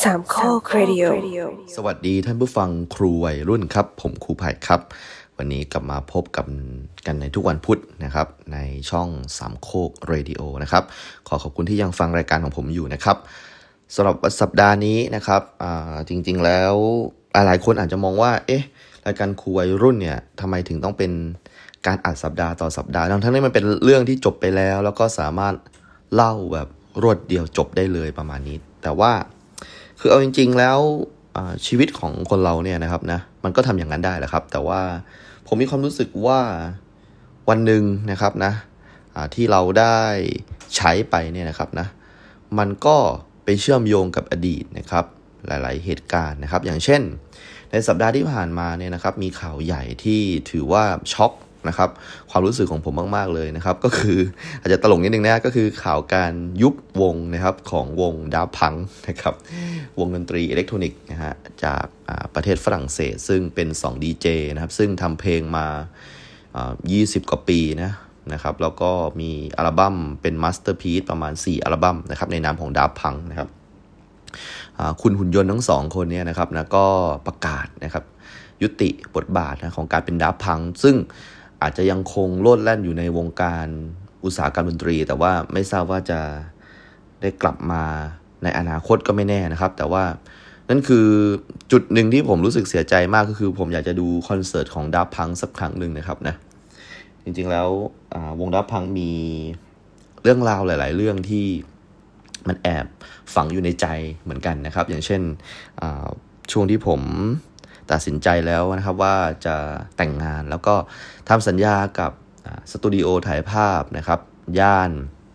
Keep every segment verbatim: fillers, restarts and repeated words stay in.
สามข้อเรดิโอสวัสดีท่านผู้ฟังครูวัยรุ่นครับผมครูไผ่ครับวันนี้กลับมาพบกับกันในทุกวันพุธนะครับในช่องสามโคกเรดิโอนะครับขอขอบคุณที่ยังฟังรายการของผมอยู่นะครับสำหรับสัปดาห์นี้นะครับจริงๆแล้วหลายคนอาจจะมองว่าเอ๊ะรายการครูวัยรุ่นเนี่ยทำไมถึงต้องเป็นการอัดสัปดาห์ต่อสัปดาห์ทั้งๆที่มันเป็นเรื่องที่จบไปแล้วแล้วก็สามารถเล่าแบบรวดเดียวจบได้เลยประมาณนี้แต่ว่าคือเอาจริงๆแล้วชีวิตของคนเราเนี่ยนะครับนะมันก็ทำอย่างนั้นได้แหละครับแต่ว่าผมมีความรู้สึกว่าวันหนึ่งนะครับนะที่เราได้ใช้ไปเนี่ยนะครับนะมันก็ไปเชื่อมโยงกับอดีตนะครับหลายๆเหตุการณ์นะครับอย่างเช่นในสัปดาห์ที่ผ่านมาเนี่ยนะครับมีข่าวใหญ่ที่ถือว่าช็อกนะครับความรู้สึกของผมมากๆเลยนะครับก็คืออาจจะตลกนิดนึงนะก็คือข่าวการยุบวงนะครับของวงดาฟต์พังค์นะครับวงดนตรีอิเล็กทรอนิกส์นะฮะจากประเทศฝรั่งเศสซึ่งเป็นสองดีเจนะครับซึ่งทำเพลงมายี่สิบกว่าปีนะนะครับแล้วก็มีอัลบั้มเป็นมาสเตอร์พีซประมาณสี่อัลบั้มนะครับในนามของดาฟต์พังค์นะครับคุณหุ่นยนต์ทั้งสองคนเนี่ยนะครับนะก็ประกาศนะครับยุติบทบาทนะของการเป็นดาฟต์พังค์ซึ่งอาจจะยังคงโลดแล่นอยู่ในวงการอุตสาหกรรมดนตรีแต่ว่าไม่ทราบว่าจะได้กลับมาในอนาคตก็ไม่แน่นะครับแต่ว่านั่นคือจุดหนึ่งที่ผมรู้สึกเสียใจมากก็คือผมอยากจะดูคอนเสิร์ตของดาฟต์พังค์สักครั้งหนึ่งนะครับนะจริงๆแล้ววงดาฟต์พังค์มีเรื่องราวหลายๆเรื่องที่มันแอบฝังอยู่ในใจเหมือนกันนะครับอย่างเช่นช่วงที่ผมตัดสินใจแล้วนะครับว่าจะแต่งงานแล้วก็ทำสัญญากับสตูดิโอถ่ายภาพนะครับย่าน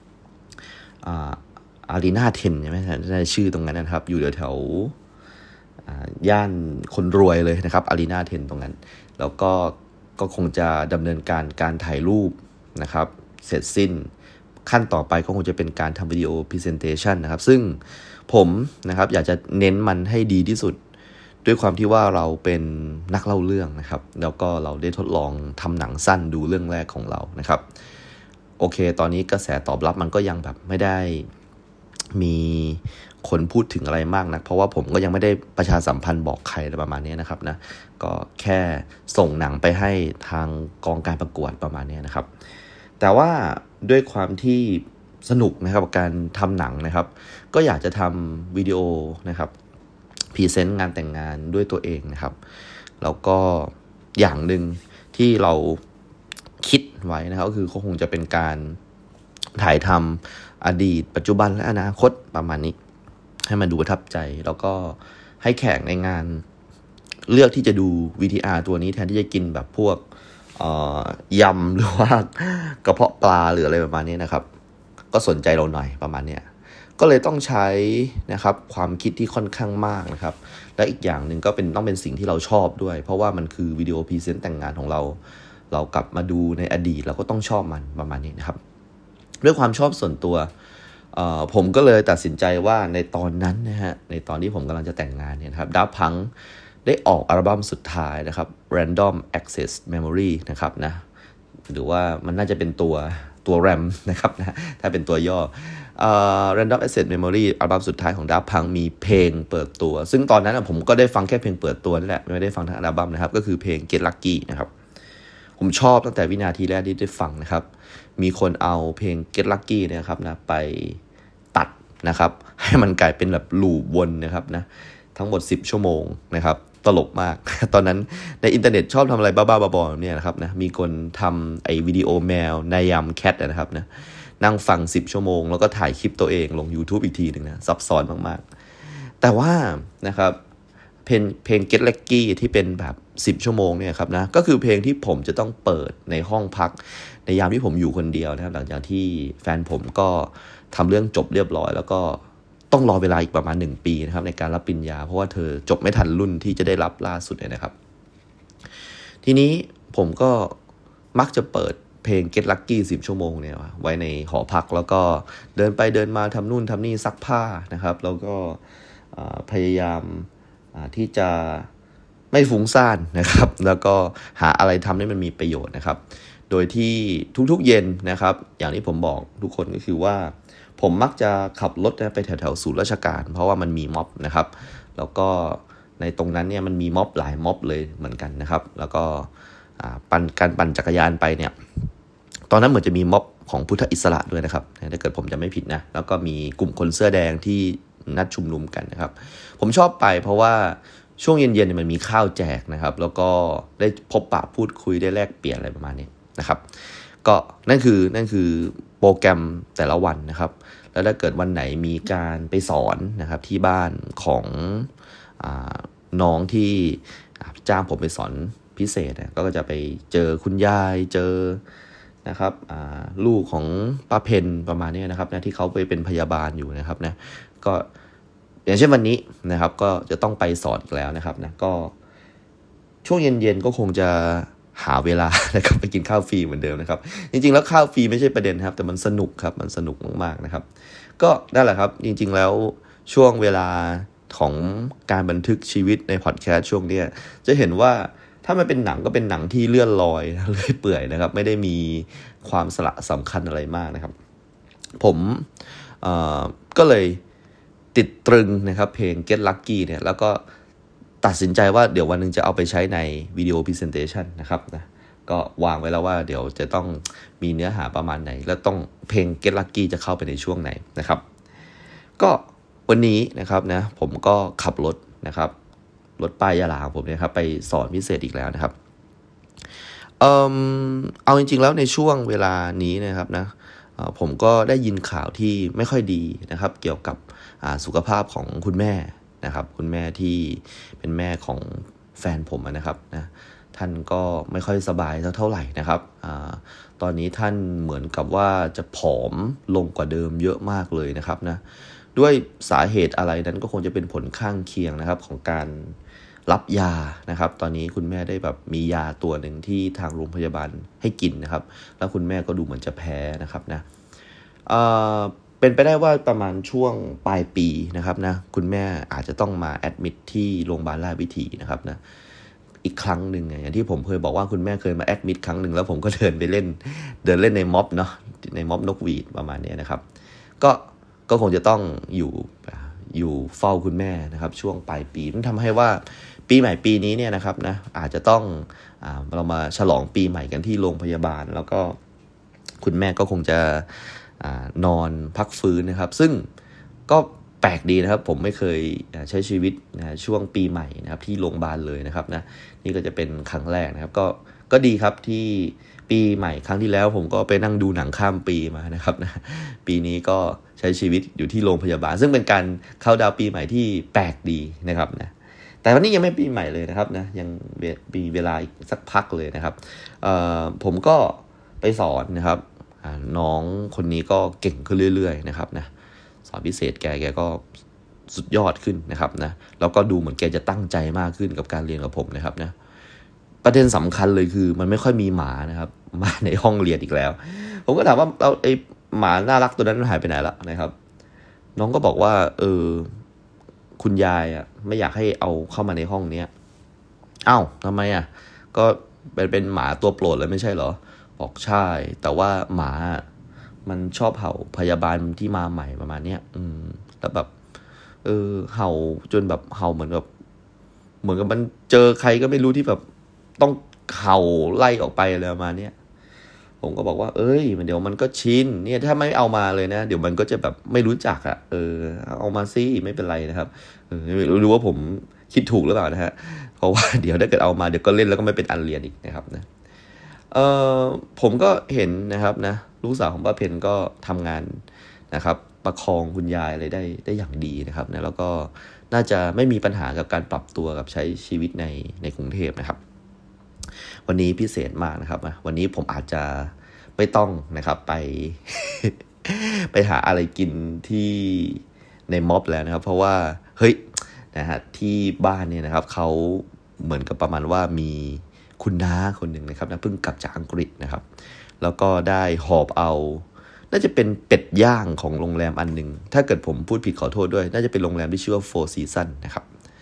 อารีนาเทนใช่ไหมใช่ชื่อตรงนั้นนะครับอยู่แถวๆย่านคนรวยเลยนะครับอารีนาเทนตรงนั้นแล้วก็ก็คงจะดำเนินการการถ่ายรูปนะครับเสร็จสิ้นขั้นต่อไปก็คงจะเป็นการทำวิดีโอพรีเซนเทชันนะครับซึ่งผมนะครับอยากจะเน้นมันให้ดีที่สุดด้วยความที่ว่าเราเป็นนักเล่าเรื่องนะครับแล้วก็เราได้ทดลองทำหนังสั้นดูเรื่องแรกของเรานะครับโอเคตอนนี้กระแสตอบรับมันก็ยังแบบไม่ได้มีคนพูดถึงอะไรมากนะเพราะว่าผมก็ยังไม่ได้ประชาสัมพันธ์บอกใครอะไรประมาณนี้นะครับนะก็แค่ส่งหนังไปให้ทางกองการประกวดประมาณนี้นะครับแต่ว่าด้วยความที่สนุกนะครับกับการทำหนังนะครับก็อยากจะทำวิดีโอนะครับพรีเซนต์งานแต่งงานด้วยตัวเองนะครับแล้วก็อย่างหนึ่งที่เราคิดไว้นะครับก็คือคงจะเป็นการถ่ายทำอดีตปัจจุบันและอนาคตประมาณนี้ให้มันดูประทับใจแล้วก็ให้แขกในงานเลือกที่จะดู วี ที อาร์ ตัวนี้แทนที่จะกินแบบพวกยำหรือว่ากระเพาะปลาหรืออะไรประมาณนี้นะครับก็สนใจเราหน่อยประมาณนี้ก็เลยต้องใช้นะครับความคิดที่ค่อนข้างมากนะครับและอีกอย่างหนึ่งก็เป็นต้องเป็นสิ่งที่เราชอบด้วยเพราะว่ามันคือวิดีโอพรีเซนต์แต่งงานของเราเรากลับมาดูในอดีตเราก็ต้องชอบมันประมาณนี้นะครับด้วยความชอบส่วนตัวผมก็เลยตัดสินใจว่าในตอนนั้นนะฮะในตอนที่ผมกำลังจะแต่งงานเนี่ยครับดาฟต์พังค์ได้ออกอัลบั้มสุดท้ายนะครับ Random Access Memory นะครับนะหรือว่ามันน่าจะเป็นตัวตัว แรม นะครับนะถ้าเป็นตัวย่อUh, Random Access Memory อัลบั้มสุดท้ายของ Daft Punk มีเพลงเปิดตัวซึ่งตอนนั้นผมก็ได้ฟังแค่เพลงเปิดตัวนี่แหละไม่ได้ฟังทั้งอัลบั้มนะครับก็คือเพลง Get Lucky นะครับผมชอบตั้งแต่วินาทีแรกที่ได้ฟังนะครับมีคนเอาเพลง Get Lucky เนี่ยครับนะไปตัดนะครับให้มันกลายเป็นแบบลูปวนนะครับนะทั้งหมดสิบชั่วโมงนะครับตลกมาก ตอนนั้นในอินเทอร์เน็ตชอบทำอะไรบ้าๆบอๆเนี่ยนะครับนะมีคนทำไอ้วิดีโอแมวนายามแคทนะครับนะนั่งฟังสิบชั่วโมงแล้วก็ถ่ายคลิปตัวเองลง YouTube อีกทีนึงนะซับซ้อนมากๆแต่ว่านะครับเพลงเพลง Get Lucky ที่เป็นแบบสิบชั่วโมงเนี่ยครับนะก็คือเพลงที่ผมจะต้องเปิดในห้องพักในยามที่ผมอยู่คนเดียวนะครับหลังจากที่แฟนผมก็ทำเรื่องจบเรียบร้อยแล้วก็ต้องรอเวลาอีกประมาณหนึ่งปีนะครับในการรับปริญญาเพราะว่าเธอจบไม่ทันรุ่นที่จะได้รับล่าสุดเลยนะครับทีนี้ผมก็มักจะเปิดเพลง Get Lucky สิบชั่วโมงเนี่ยไว้ในหอพักแล้วก็เดินไปเดินมาทำนู่นทำนี่ซักผ้านะครับแล้วก็พยายามที่จะไม่ฟุ้งซ่านนะครับแล้วก็หาอะไรทำให้มันมีประโยชน์นะครับโดยที่ทุกๆเย็นนะครับอย่างที่ผมบอกทุกคนก็คือว่าผมมักจะขับรถไปแถวๆศูนย์ราชการเพราะว่ามันมีม็อบนะครับแล้วก็ในตรงนั้นเนี่ยมันมีม็อบหลายม็อบเลยเหมือนกันนะครับแล้วก็ปั่นการปั่นจักรยานไปเนี่ยตอนนั้นเหมือนจะมีม็อบของพุทธอิสระด้วยนะครับถ้าเกิดผมจะไม่ผิดนะแล้วก็มีกลุ่มคนเสื้อแดงที่นัดชุมนุมกันนะครับผมชอบไปเพราะว่าช่วงเย็นๆมันมีข้าวแจกนะครับแล้วก็ได้พบปะพูดคุยได้แลกเปลี่ยนอะไรประมาณนี้นะครับก็นั่นคือนั่นคือโปรแกรมแต่ละวันนะครับแล้วถ้าเกิดวันไหนมีการไปสอนนะครับที่บ้านของอ่าน้องที่จ้างผมไปสอนพิเศษก็จะไปเจอคุณยายเจอนะครับลูกของป้าเพนประมาณนี้นะครับนะที่เขาไปเป็นพยาบาลอยู่นะครับนะก็อย่างเช่นวันนี้นะครับก็จะต้องไปสอนอีกแล้วนะครับนะก็ช่วงเย็นๆก็คงจะหาเวลานะครับไปกินข้าวฟรีเหมือนเดิมนะครับจริงๆแล้วข้าวฟรีไม่ใช่ประเด็นครับแต่มันสนุกครับมันสนุกมากๆนะครับก็นั่นแหละครับจริงๆแล้วช่วงเวลาของการบันทึกชีวิตในพอดแคสต์ช่วงนี้จะเห็นว่าถ้ามันเป็นหนังก็เป็นหนังที่เลื่อนลอยเลื่อยเปื่อยนะครับไม่ได้มีความสละสำคัญอะไรมากนะครับผมเอ่อก็เลยติดตรึงนะครับเพลง Get Lucky เนี่ยแล้วก็ตัดสินใจว่าเดี๋ยววันนึงจะเอาไปใช้ในวิดีโอ Presentation นะครับนะก็วางไว้แล้วว่าเดี๋ยวจะต้องมีเนื้อหาประมาณไหนแล้วต้องเพลง Get Lucky จะเข้าไปในช่วงไหนนะครับก็วันนี้นะครับนะผมก็ขับรถนะครับรถป้ายยะลาของผมเนี่ยครับไปสอนพิเศษอีกแล้วนะครับเอ่อเอาจริงๆแล้วในช่วงเวลานี้นะครับนะผมก็ได้ยินข่าวที่ไม่ค่อยดีนะครับเกี่ยวกับสุขภาพของคุณแม่นะครับคุณแม่ที่เป็นแม่ของแฟนผมนะครับนะท่านก็ไม่ค่อยสบายเท่าไหร่นะครับอ่าตอนนี้ท่านเหมือนกับว่าจะผอมลงกว่าเดิมเยอะมากเลยนะครับนะด้วยสาเหตุอะไรนั้นก็คงจะเป็นผลข้างเคียงนะครับของการรับยานะครับตอนนี้คุณแม่ได้แบบมียาตัวหนึ่งที่ทางโรงพยาบาลให้กินนะครับแล้วคุณแม่ก็ดูเหมือนจะแพ้นะครับนะเอ่อเป็นไปได้ว่าประมาณช่วงปลายปีนะครับนะคุณแม่อาจจะต้องมาแอดมิทที่โรงพยาบาลราชวิถีนะครับนะอีกครั้งหนึ่งอย่างที่ผมเคยบอกว่าคุณแม่เคยมาแอดมิทครั้งหนึ่งแล้วผมก็เดินไปเล่นเดินเล่นในม็อบเนาะในม็อบนกหวีดประมาณนี้นะครับก็ก็คงจะต้องอยู่อยู่เฝ้าคุณแม่นะครับช่วงปลายปีมันทำให้ว่าปีใหม่ปีนี้เนี่ยนะครับนะอาจจะต้องอ่าเรามาฉลองปีใหม่กันที่โรงพยาบาลแล้วก็คุณแม่ก็คงจะอ่านอนพักฟื้นนะครับซึ่งก็แปลกดีนะครับผมไม่เคยใช้ชีวิตนะช่วงปีใหม่นะครับที่โรงพยาบาลเลยนะครับนะนี่ก็จะเป็นครั้งแรกนะครับก็ก็ดีครับที่ปีใหม่ครั้งที่แล้วผมก็ไปนั่งดูหนังข้ามปีมานะครับนะปีนี้ก็ใช้ชีวิตอยู่ที่โรงพยาบาลซึ่งเป็นการเข้าดาวปีใหม่ที่แปลกดีนะครับนะแต่วันนี้ยังไม่ปีใหม่เลยนะครับนะยังมีเวลาอีกสักพักเลยนะครับเอ่อผมก็ไปสอนนะครับน้องคนนี้ก็เก่งขึ้นเรื่อยๆนะครับนะสอนพิเศษแกแกก็สุดยอดขึ้นนะครับนะแล้วก็ดูเหมือนแกจะตั้งใจมากขึ้นกับการเรียนกับผมนะครับนะประเด็นสำคัญเลยคือมันไม่ค่อยมีหมานะครับมาในห้องเรียนอีกแล้วผมก็ถามว่าเอาไอ้หมาน่ารักตัวนั้นหายไปไหนละนะครับน้องก็บอกว่าเออคุณยายอ่ะไม่อยากให้เอาเข้ามาในห้องเนี้ยอ้าวทำไมอ่ะก็เป็นเป็นหมาตัวโปรดเลยไม่ใช่เหรอบอกใช่แต่ว่าหมามันชอบเห่าพยาบาลที่มาใหม่ประมาณเนี้ยอืมแล้วแบบเออเห่าจนแบบเห่าเหมือนแบบเหมือนกับมันเจอใครก็ไม่รู้ที่แบบต้องเห่าไล่ออกไปอะไรประมาณเนี้ยผมก็บอกว่าเอ้ยมันเดี๋ยวมันก็ชินเนี่ยถ้าไม่เอามาเลยนะเดี๋ยวมันก็จะแบบไม่รู้จักอ่ะเออเอามาซิไม่เป็นไรนะครับเออไม่รู้ว่าผมคิดถูกหรือเปล่านะฮะเพราะว่าเดี๋ยวถ้าเกิดเอามาเดี๋ยวก็เล่นแล้วก็ไม่เป็นอันเรียนอีกนะครับนะเอ่อผมก็เห็นนะครับนะลูกสาวของป้าเพนก็ทำงานนะครับประคองคุณยายอะไรได้ได้อย่างดีนะครับนะแล้วก็น่าจะไม่มีปัญหากับการปรับตัวกับใช้ชีวิตในในกรุงเทพนะครับวันนี้พิเศษมากนะครับวันนี้ผมอาจจะไม่ต้องนะครับไป ไปหาอะไรกินที่ในม็อบแล้วนะครับเพราะว่าเฮ้ยนะฮะที่บ้านเนี่ยนะครับเขาเหมือนกับประมาณว่ามีคุณน้าคนหนึ่งนะครับนะเพิ่งกลับจากอังกฤษนะครับแล้วก็ได้หอบเอาน่าจะเป็นเป็ดย่างของโรงแรมอันหนึ่งถ้าเกิดผมพูดผิดขอโทษด้วยน่าจะเป็นโรงแรมที่ชื่อว่า Four Seasons นะครับเ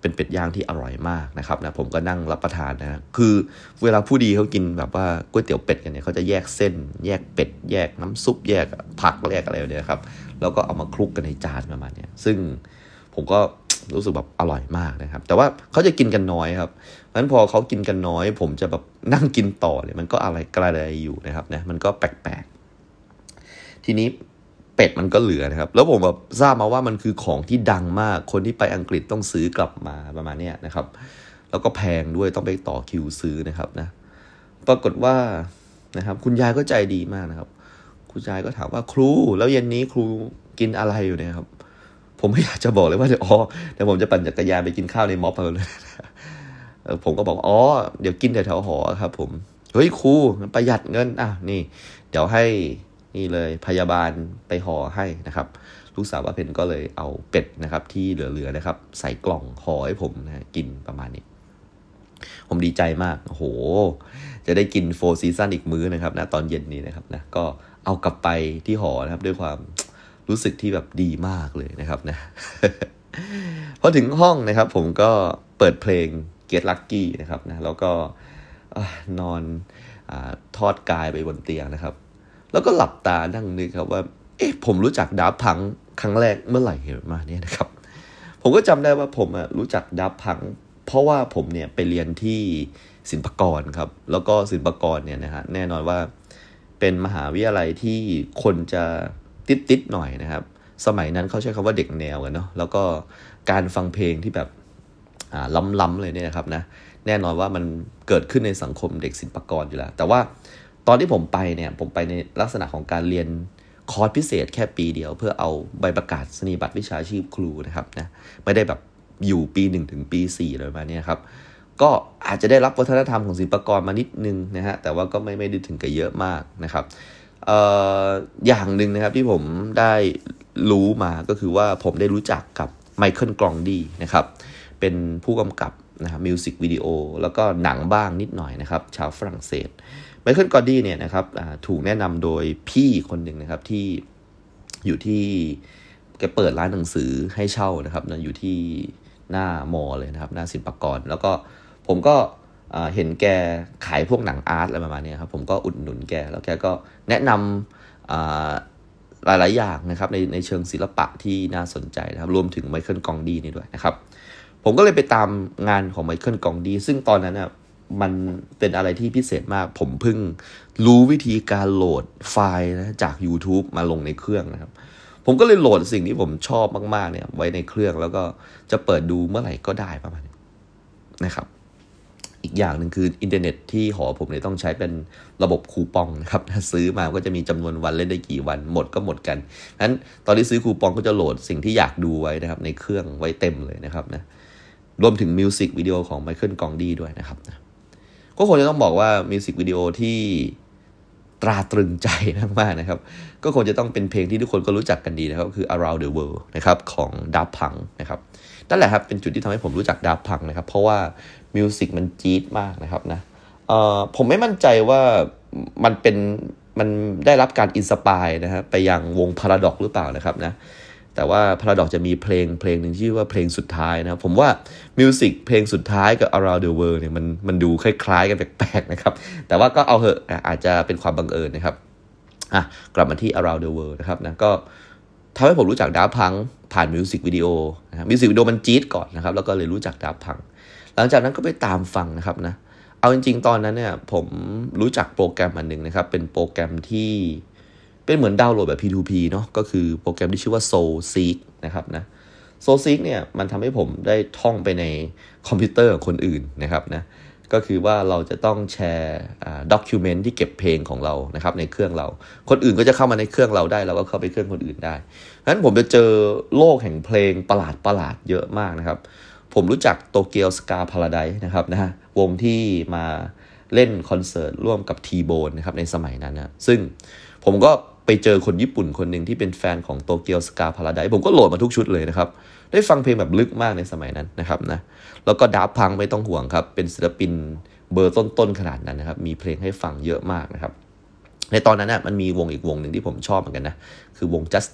เป็นเป็ดย่างที่อร่อยมากนะครับนะผมก็นั่งรับประทานนะคือเวลาผู้ดีเขากินแบบว่าก๋วยเตี๋ยวเป็ดกันเนี่ยเขาจะแยกเส้นแยกเป็ดแยกน้ำซุปแยกผักแยกอะไรเนี่ยครับแล้วก็เอามาคลุกกันในจานประมาณนี้ซึ่งผมก็รู้สึกแบบอร่อยมากนะครับแต่ว่าเขาจะกินกันน้อยครับเพราะฉะนั้นพอเขากินกันน้อยผมจะแบบนั่งกินต่อเนี่ยมันก็อะไรกระไรอยู่นะครับนะมันก็แปลกๆทีนี้เป็ดมันก็เหลือนะครับแล้วผมแบบทราบมาว่ามันคือของที่ดังมากคนที่ไปอังกฤษต้องซื้อกลับมาประมาณนี้นะครับแล้วก็แพงด้วยต้องไปต่อคิวซื้อนะครับนะปรากฏว่านะครับคุณยายก็ใจดีมากนะครับคุณยายก็ถามว่าครูแล้วเย็นนี้ครูกินอะไรอยู่เนี่ยครับผมไม่อยากจะบอกเลยว่าเดี๋ยวอ๋อเดี๋ยวผมจะปั่นจักรยานไปกินข้าวในม็อบเลยผมก็บอกอ๋อเดี๋ยวกินแถวๆหอครับผมเฮ้ยครูประหยัดเงินอ่ะนี่เดี๋ยวให้นี่เลยพยาบาลไปห่อให้นะครับลูกสาวว่าเพนก็เลยเอาเป็ดนะครับที่เหลือๆนะครับใส่กล่องห่อให้ผมนะกินประมาณนี้ผมดีใจมากโอ้โหจะได้กินโฟร์ซีซั่นอีกมื้อนะครับนะตอนเย็นนี้นะครับนะก็เอากลับไปที่หอนะครับด้วยความรู้สึกที่แบบดีมากเลยนะครับนะ พอถึงห้องนะครับผมก็เปิดเพลง Get Lucky นะครับนะแล้วก็นอนอ่าทอดกายไปบนเตียงนะครับแล้วก็หลับตานั่งนึกครับว่าเอ๊ะผมรู้จักดับพังครั้งแรกเมื่อไหร่มาเนี่ยนะครับผมก็จำได้ว่าผมอ่ะรู้จักดับพังเพราะว่าผมเนี่ยไปเรียนที่ศิลปากรครับแล้วก็ศิลปากรเนี่ยนะฮะแน่นอนว่าเป็นมหาวิทยาลัยที่คนจะติดๆหน่อยนะครับสมัยนั้นเขาใช้คำว่าเด็กแนวกันเนาะแล้วก็การฟังเพลงที่แบบอ่าล้ำๆเลยเนี่ยนะครับนะแน่นอนว่ามันเกิดขึ้นในสังคมเด็กศิลปากรอยู่แล้วแต่ว่าตอนที่ผมไปเนี่ยผมไปในลักษณะของการเรียนคอร์สพิเศษแค่ปีเดียวเพื่อเอาใบประกาศนียบัตรวิชาชีพครูนะครับนะไม่ได้แบบอยู่ปีหนึ่งถึงปีสี่เลยมาเนี่ยครับก็อาจจะได้รับวัฒนธรรมของศิลปากรมานิดนึงนะฮะแต่ว่าก็ไม่ไม่ได้ถึงกับเยอะมากนะครับเอ่ออย่างนึงนะครับที่ผมได้รู้มาก็คือว่าผมได้รู้จักกับไมเคิลกรองดีนะครับเป็นผู้กำกับนะครับมิวสิกวิดีโอแล้วก็หนังบ้างนิดหน่อยนะครับชาวฝรั่งเศสไมเคิลกรองดีเนี่ยนะครับถูกแนะนำโดยพี่คนหนึ่งนะครับที่อยู่ที่แกเปิดร้านหนังสือให้เช่านะครับนะอยู่ที่หน้ามอเลยนะครับหน้าศิลปากรแล้วก็ผมก็เห็นแกขายพวกหนังอาร์ตอะไรประมาณนี้ครับผมก็อุดหนุนแกแล้วแกก็แนะนำหลายๆอย่างนะครับในในเชิงศิลปะที่น่าสนใจนะครับรวมถึงไมเคิลกรองดีนี่ด้วยนะครับผมก็เลยไปตามงานของไมเคิลกรองดีซึ่งตอนนั้นนะมันเป็นอะไรที่พิเศษมากผมเพิ่งรู้วิธีการโหลดไฟล์นะจาก YouTube มาลงในเครื่องนะครับผมก็เลยโหลดสิ่งที่ผมชอบมากๆเนี่ยไว้ในเครื่องแล้วก็จะเปิดดูเมื่อไหร่ก็ได้ประมาณนี้นะครับอีกอย่างหนึ่งคืออินเทอร์เน็ตที่หอผมเนี่ยต้องใช้เป็นระบบคูปองนะครับถ้าซื้อมาก็จะมีจำนวนวันเล่นได้กี่วันหมดก็หมดกันงั้นตอนที่ซื้อคูปองก็จะโหลดสิ่งที่อยากดูไว้นะครับในเครื่องไว้เต็มเลยนะครับนะรวมถึงมิวสิกวิดีโอของไมเคิลกรองดีด้วยนะครับนะก็คงจะต้องบอกว่ามิวสิกวิดีโอที่ตราตรึงใจมากๆนะครับก็คงจะต้องเป็นเพลงที่ทุกคนก็รู้จักกันดีนะครับคือ Around the World นะครับของ Daft Punk นะครับนั่นแหละครับเป็นจุดที่ทำให้ผมรู้จัก Daft Punk นะครับเพราะว่ามิวสิกมันจี๊ดมากนะครับนะเอ่อผมไม่มั่นใจว่ามันเป็นมันได้รับการอินสปายนะฮะไปยังวง Paradox หรือเปล่านะครับนะแต่ว่า Paradox จะมีเพลงเพลงหนึ่งชื่อว่าเพลงสุดท้ายนะครับผมว่ามิวสิกเพลงสุดท้ายกับ Around the World เนี่ยมันมันดูคล้ายๆกันแปลกๆนะครับแต่ว่าก็เอาเหอะอาจจะเป็นความบังเอิญนะครับอ่ะกลับมาที่ Around the World นะครับนะก็ทำให้ผมรู้จัก Daft Punk ผ่านมิวสิกวิดีโอนะมิวสิกวิดีโอมันจี๊ดก่อนนะครับแล้วก็เลยรู้จัก Daft Punk หลังจากนั้นก็ไปตามฟังนะครับนะเอาจริงๆตอนนั้นเนี่ยผมรู้จักโปรแกรมอันนึงนะครับเป็นโปรแกรมที่เป็นเหมือนดาวน์โหลดแบบ พี ทู พี เนาะก็คือโปรแกรมที่ชื่อว่า Soulseek นะครับนะ Soulseek เนี่ยมันทำให้ผมได้ท่องไปในคอมพิวเตอร์ของคนอื่นนะครับนะก็คือว่าเราจะต้องแชร์ด็อกิวเมนต์ที่เก็บเพลงของเรานะครับในเครื่องเราคนอื่นก็จะเข้ามาในเครื่องเราได้เราก็เข้าไปเครื่องคนอื่นได้งั้นผมจะเจอโลกแห่งเพลงประหลาดประหลาดเยอะมากนะครับผมรู้จักโตเกียวสกาพาราไดซ์นะครับนะวงที่มาเล่นคอนเสิร์ตร่วมกับ T-Bone นะครับในสมัยนั้นนะซึ่งผมก็ไปเจอคนญี่ปุ่นคนหนึ่งที่เป็นแฟนของโตเกียวสกาพาราไดซ์ผมก็โหลดมาทุกชุดเลยนะครับได้ฟังเพลงแบบลึกมากในสมัยนั้นนะครับนะแล้วก็ Daft Punk ไม่ต้องห่วงครับเป็นศิลปินเบอร์ต้นๆขนาดนั้นนะครับมีเพลงให้ฟังเยอะมากนะครับในตอนนั้นนะมันมีวงอีกวงหนึ่งที่ผมชอบเหมือนกันนะคือวง Justice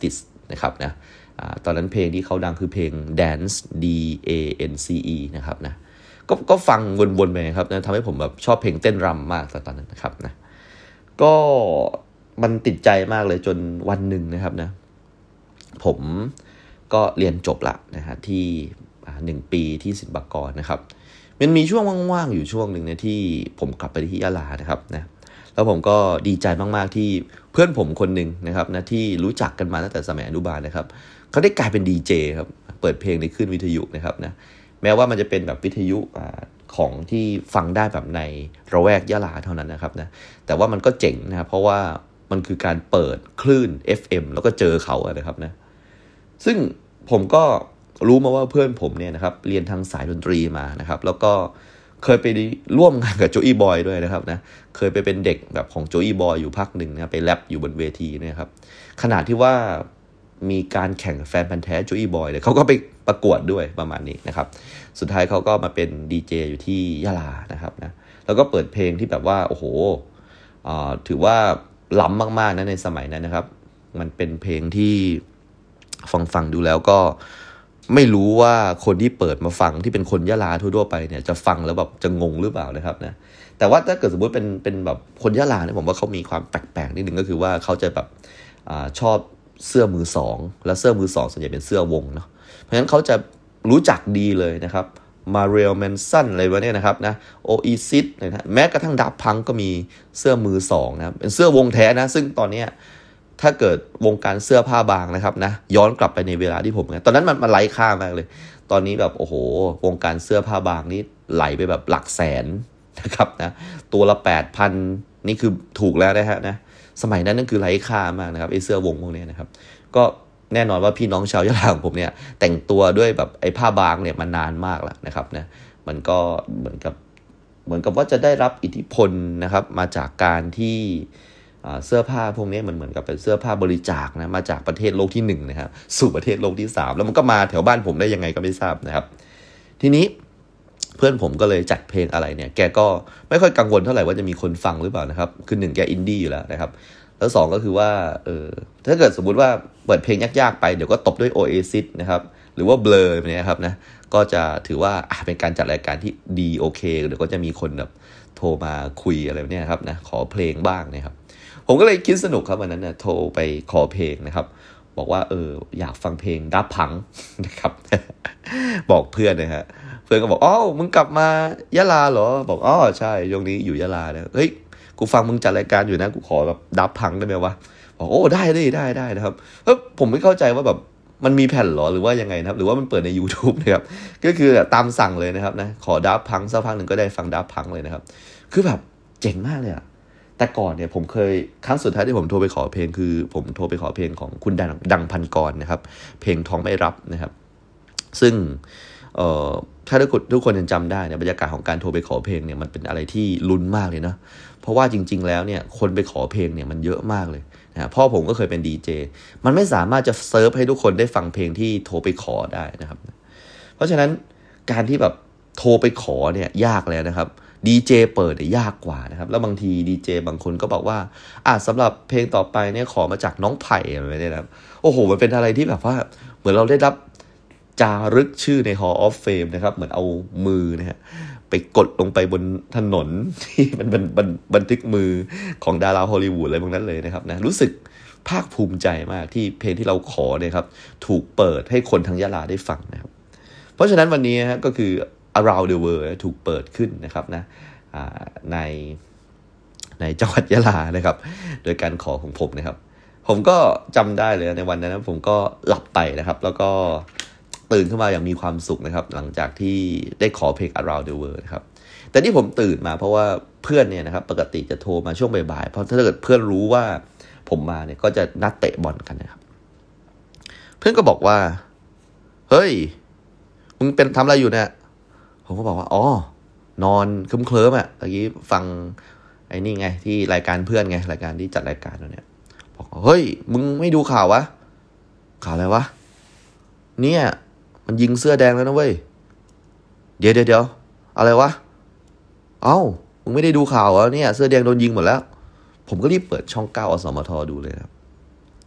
นะครับนะตอนนั้นเพลงที่เขาดังคือเพลง Dance D A N C E นะครับนะก็ก็ฟังวนๆไปครับนะทำให้ผมแบบชอบเพลงเต้นรำมากตอนนั้นนะครับนะก็มันติดใจมากเลยจนวันหนึ่งนะครับนะผมก็เรียนจบละนะฮะที่หนึ่งปีที่ศิลปากรนะครับมันมีช่วงว่างๆอยู่ช่วงหนึ่งเนี่ยที่ผมกลับไปที่ยะลานะครับนะแล้วผมก็ดีใจมากๆที่เพื่อนผมคนหนึ่งนะครับนะที่รู้จักกันมาตั้งแต่สมัยอนุบาลนะครับเขาได้กลายเป็นดีเจครับเปิดเพลงในคลื่นวิทยุนะครับนะแม้ว่ามันจะเป็นแบบวิทยุของที่ฟังได้แบบในระแวกยะลาเท่านั้นนะครับนะแต่ว่ามันก็เจ๋งนะครับเพราะว่ามันคือการเปิดคลื่น เอฟ เอ็ม แล้วก็เจอเขาอะนะครับนะซึ่งผมก็รู้มาว่าเพื่อนผมเนี่ยนะครับเรียนทางสายดนตรีมานะครับแล้วก็เคยไปร่วมงานกับโจอี้บอยด้วยนะครับนะเคยไปเป็นเด็กแบบของโจอี้บอยอยู่พักหนึ่งนะไปแรปอยู่บนเวทีนะครับขนาดที่ว่ามีการแข่งแฟนพันธุ์แท้โจอี้บอยเลยเขาก็ไปประกวดด้วยประมาณนี้นะครับสุดท้ายเขาก็มาเป็นดีเจอยู่ที่ยะลานะครับนะแล้วก็เปิดเพลงที่แบบว่าโอ้โหอ่าถือว่าล้ำมากๆนะในสมัยนั้นนะครับมันเป็นเพลงที่ฟังฟังดูแล้วก็ไม่รู้ว่าคนที่เปิดมาฟังที่เป็นคนยะลาทั่วๆไปเนี่ยจะฟังแล้วแบบจะงงหรือเปล่านะครับนะแต่ว่าถ้าเกิดสมมติเป็นเป็นแบบคนยะลาเนี่ยผมว่าเขามีความแปลกๆนิดนึงก็คือว่าเขาจะแบบอ่าชอบเสื้อมือสองและเสื้อมือสองส่วนใหญ่เป็นเสื้อวงเนาะเพราะฉะนั้นเขาจะรู้จักดีเลยนะครับมาเรียลแมนสันอะไรวะเนี่ยนะครับนะโออีซิสนะแม้กระทั่งดับพังก็มีเสื้อมือสองนะครับเป็นเสื้อวงแท้นะซึ่งตอนนี้ถ้าเกิดวงการเสื้อผ้าบางนะครับนะย้อนกลับไปในเวลาที่ผมเนี่ยตอนนั้นมันมันไร้ค่ามากเลยตอนนี้แบบโอ้โหวงการเสื้อผ้าบางนี่ไหลไปแบบหลักแสนนะครับนะตัวละ แปดพัน นี่คือถูกแล้วนะฮะนะสมัยนั้นนั่นคือไร้ค่ามากนะครับไอ้เสื้อวงพวกนี้นะครับก็แน่นอนว่าพี่น้องชาวยะลาของผมเนี่ยแต่งตัวด้วยแบบไอ้ผ้าบางเนี่ยมานานมากแล้วนะครับนะมันก็เหมือนกับเหมือนกับว่าจะได้รับอิทธิพลนะครับมาจากการที่เสื้อผ้าพวกนี้มันเหมือนกับเป็นเสื้อผ้าบริจาคนะมาจากประเทศโลกที่หนึ่งนะครับสู่ประเทศโลกที่สามแล้วมันก็มาแถวบ้านผมได้ยังไงก็ไม่ทราบนะครับทีนี้เพื่อนผมก็เลยจัดเพลงอะไรเนี่ยแกก็ไม่ค่อยกังวลเท่าไหร่ว่าจะมีคนฟังหรือเปล่านะครับคือหนึ่งแกอินดี้อยู่แล้วนะครับแล้วสองก็คือว่าเออถ้าเกิดสมมุติว่าเปิดเพลงยากๆไปเดี๋ยวก็ตบด้วย Oasis นะครับหรือว่า Blur แบบนี้ครับนะก็จะถือว่าเป็นการจัดรายการที่ดีโอเคเดี๋ยวก็จะมีคนแบบโทรมาคุยอะไรแบบนี้ครับนะขอเพลงบ้างนะครับผมก็เลยคิดสนุกครับวันนั้นนะโทรไปขอเพลงนะครับบอกว่าเอออยากฟังเพลงดับพังนะครับบอกเพื่อนนะฮะเพื่อนก็บอกอ๋อมึงกลับมายะลาเหรอบอกอ๋อใช่ช่วงนี้อยู่ยะลานะเฮ้ยกูฟังมึงจัดรายการอยู่นะกูขอแบบดับพังได้ไหมวะบอกโอ้ได้ได้ได้ได้นะครับเฮ้ยผมไม่เข้าใจว่าแบบมันมีแผ่นหรอหรือว่ายังไงนะครับหรือว่ามันเปิดใน YouTube นะครับก็คือตามสั่งเลยนะครับนะขอดับพังสักพักหนึ่งก็ได้ฟังดับพังเลยนะครับคือแบบเจ๋งมากเลยอะแต่ก่อนเนี่ยผมเคยครั้งสุดท้ายที่ผมโทรไปขอเพลงคือผมโทรไปขอเพลงของคุณดังดังพันกรนะครับเพลงท้องไม่รับนะครับซึ่งเอ่อถ้าทุกคนทุกคนยังจำได้เนี่ยบรรยากาศของการโทรไปขอเพลงเนี่ยมันเป็นอะไรที่ลุ้นมากเลยนะเพราะว่าจริงๆแล้วเนี่ยคนไปขอเพลงเนี่ยมันเยอะมากเลยนะพ่อผมก็เคยเป็นดีเจมันไม่สามารถจะเซิร์ฟให้ทุกคนได้ฟังเพลงที่โทรไปขอได้นะครับเพราะฉะนั้นการที่แบบโทรไปขอเนี่ยยากแล้วนะครับดีเจเปิดเนี่ยยากกว่านะครับแล้วบางทีดีเจบางคนก็บอกว่าอ่ะสำหรับเพลงต่อไปเนี่ยขอมาจากน้องไผ่อะไรเนี่ยนะครับโอ้โหมันเป็นอะไรที่แบบว่าเหมือนเราได้รับจารึกชื่อใน Hall of Fame นะครับเหมือนเอามือนะฮะไปกดลงไปบนถนนที่มันเป็นบันทึกมือของดาราฮอลลีวูดอะไรพวกนั้นเลยนะครับนะรู้สึกภาคภูมิใจมากที่เพลงที่เราขอเนี่ยครับถูกเปิดให้คนทั้งยะลาได้ฟังนะครับเพราะฉะนั้นวันนี้ฮะก็คือAround the World ถูกเปิดขึ้นนะครับนะในในจังหวัดยะลานะครับโดยการขอของผมนะครับผมก็จำได้เลยในวันนั้นนะผมก็หลับไปนะครับแล้วก็ตื่นขึ้นมาอย่างมีความสุขนะครับหลังจากที่ได้ขอเพลง Around the World นะครับแต่ที่ผมตื่นมาเพราะว่าเพื่อนเนี่ยนะครับปกติจะโทรมาช่วงบ่ายๆเพราะถ้าเกิดเพื่อนรู้ว่าผมมาเนี่ยก็จะนัดเตะบอลกันนะครับเพื่อนก็บอกว่าเฮ้ยมึงเป็นทำอะไรอยู่เนี่ยผมก็บอกว่าอ๋อนอนเคลิ้มๆอ่ะเมื่อกี้ฟังไอ้นี่ไงที่รายการเพื่อนไงรายการที่จัดรายการเนี่ยบอกเฮ้ยมึงไม่ดูข่าววะข่าวอะไรวะเนี่ยมันยิงเสื้อแดงแล้วนะเว้ยเดี๋ยวเดี๋ยวเดี๋ยวอะไรวะเอ้ามึงไม่ได้ดูข่าวเหรอเนี่ยเสื้อแดงโดนยิงหมดแล้วผมก็รีบเปิดช่องเก้าอสมทดูเลยครับ